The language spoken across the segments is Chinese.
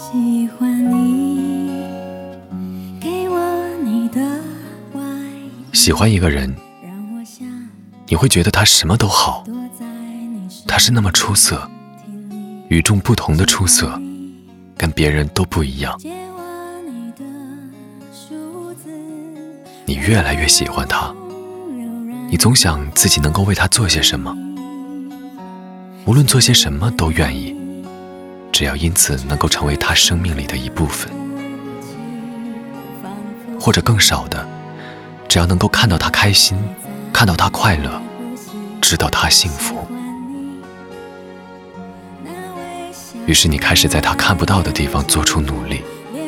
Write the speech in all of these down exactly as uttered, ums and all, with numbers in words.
喜欢你给我你的外喜欢一个人，你会觉得他什么都好，他是那么出色，与众不同的出色，跟别人都不一样。你越来越喜欢他，你总想自己能够为他做些什么，无论做些什么都愿意，只要因此能够成为他生命里的一部分，或者更少的，只要能够看到他开心，看到他快乐，知道他幸福。于是你开始在他看不到的地方做出努力，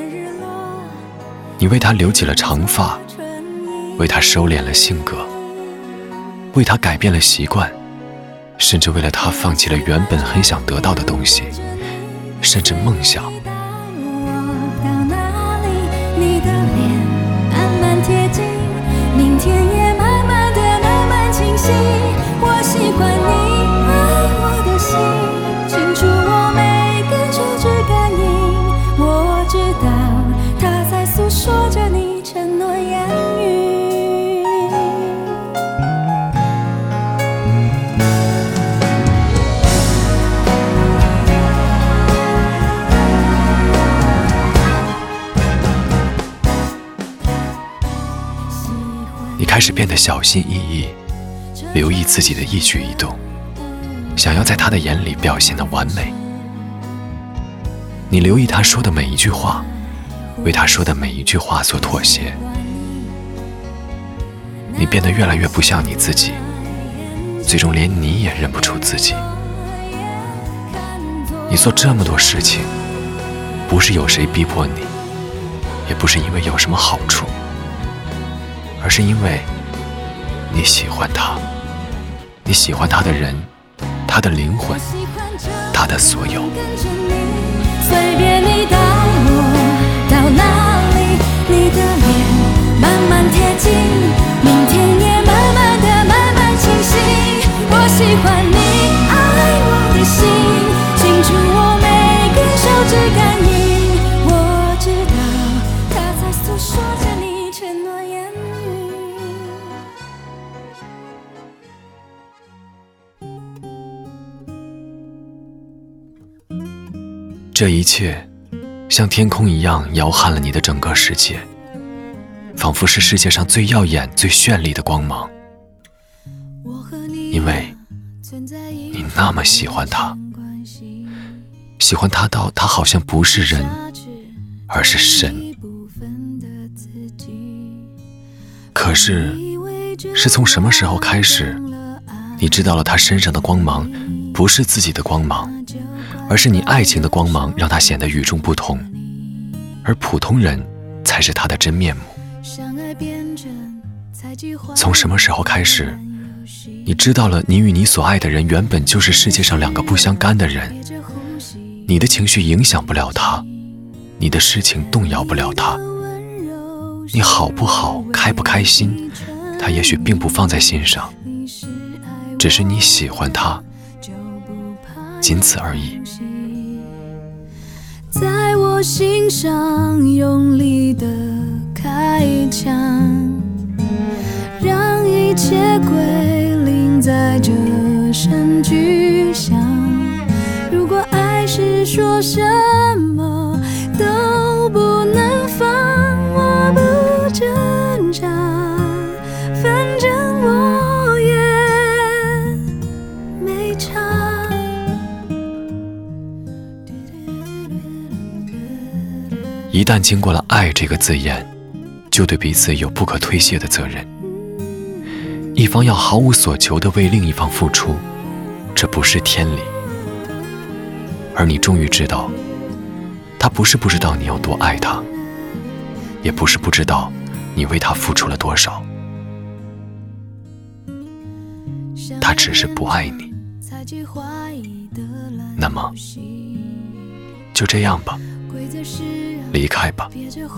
你为他留起了长发，为他收敛了性格，为他改变了习惯，甚至为了他放弃了原本很想得到的东西，甚至梦想。 到哪里，你的脸慢慢贴近，明天也慢慢的慢慢清晰。我喜欢你爱我的心，清楚我每根手指感应。我知道他在诉说着你承诺言语。 你开始变得小心翼翼，留意自己的一举一动，想要在他的眼里表现得完美。你留意他说的每一句话，为他说的每一句话所妥协。你变得越来越不像你自己，最终连你也认不出自己。你做这么多事情，不是有谁逼迫你，也不是因为有什么好处，而是因为你喜欢他，你喜欢他的人，他的灵魂，他的所有。 随便你带我到哪里，你的脸慢慢贴近，明天也慢慢的慢慢清晰。我喜欢你爱我的心，清楚我每根手指感应。我知道他在诉说着你承诺言语。 这一切像天空一样摇撼了你的整个世界，仿佛是世界上最耀眼最绚丽的光芒。因为你那么喜欢他，喜欢他到他好像不是人，而是神。可是是从什么时候开始，你知道了他身上的光芒不是自己的光芒，而是你爱情的光芒，让他显得与众不同，而普通人才是他的真面目。从什么时候开始，你知道了你与你所爱的人原本就是世界上两个不相干的人，你的情绪影响不了他，你的事情动摇不了他，你好不好开不开心，他也许并不放在心上，只是你喜欢他，仅此而已。 在我心上用力的开枪，让一切归零在这声巨响。如果爱是说什么都不能放，我不挣扎，反正我也没差。 一旦经过了爱这个字眼，就对彼此有不可推卸的责任。一方要毫无所求地为另一方付出，这不是天理。而你终于知道，他不是不知道你有多爱他，也不是不知道你为他付出了多少，他只是不爱你。那么就这样吧，离开吧，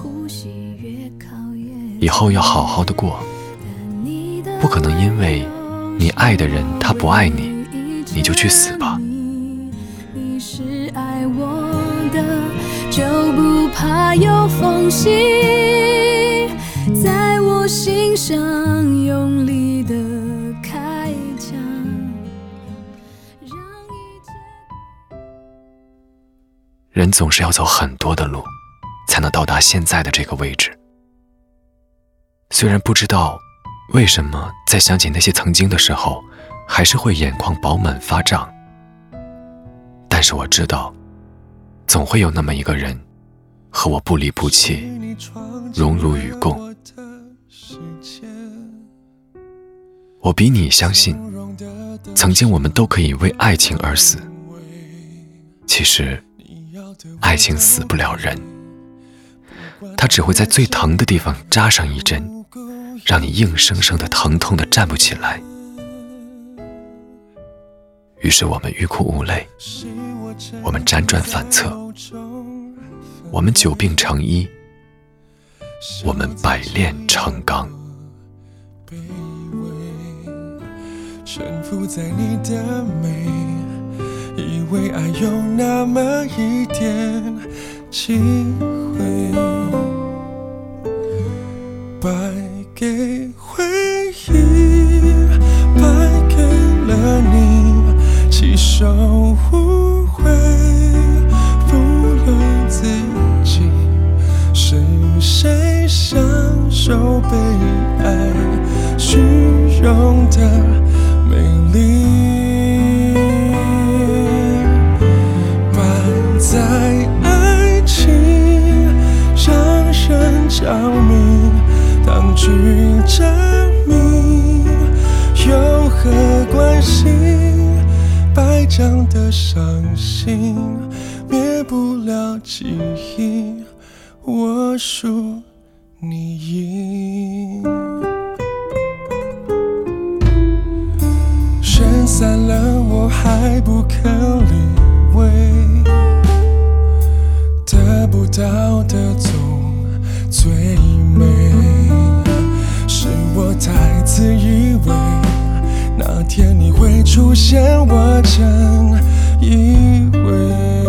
以后要好好的过，不可能因为你爱的人他不爱你，你就去死吧。 你是爱我的， 就不怕有缝隙，在我心上用力的开枪，让一切。 人总是要走很多的路，才能到达现在的这个位置。虽然不知道为什么在想起那些曾经的时候，还是会眼眶饱满发胀，但是我知道，总会有那么一个人，和我不离不弃，荣辱与共。我比你相信，曾经我们都可以为爱情而死。其实，爱情死不了人，它只会在最疼的地方扎上一针，让你硬生生的疼痛的站不起来。于是我们欲哭无泪，我们辗转反侧，我们久病成医，我们百炼成钢。 沉浮在你的美，以为爱有那么一点机会，败给回忆，败给了你，弃守无悔，负了自己。是谁享受被爱虚荣的美丽，摆在爱情让人着迷，当局者迷，有何关系？白讲的伤心，灭不了记忆，我输你赢。人散了，我还不肯理会，得不到的总最美。是我太自以为，那天你会出现，我真以为。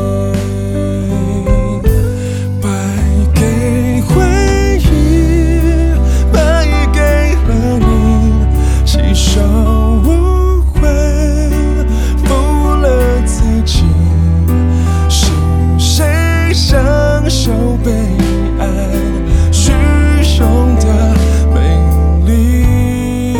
败给回忆，败给了你，弃守无悔，负了自己。是谁享受被爱虚荣的美丽，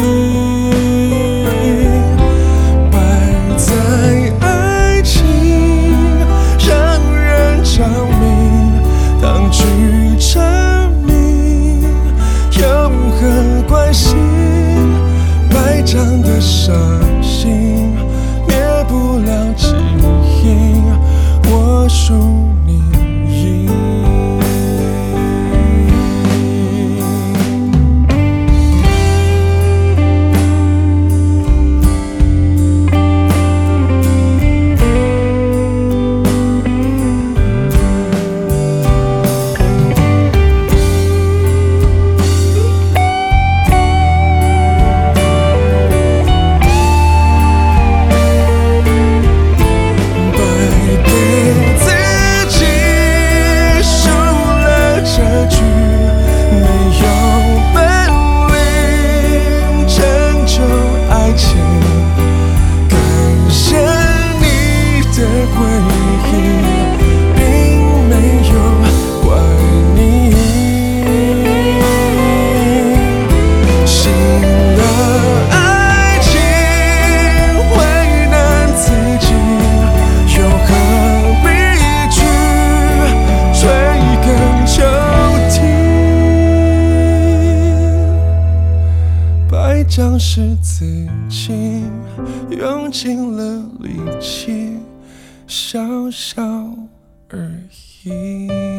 摆在爱情让人着迷，当局者迷，有何关系？白讲的伤心，灭不了记忆，我输你赢。将是自己用尽了力气，笑笑而已。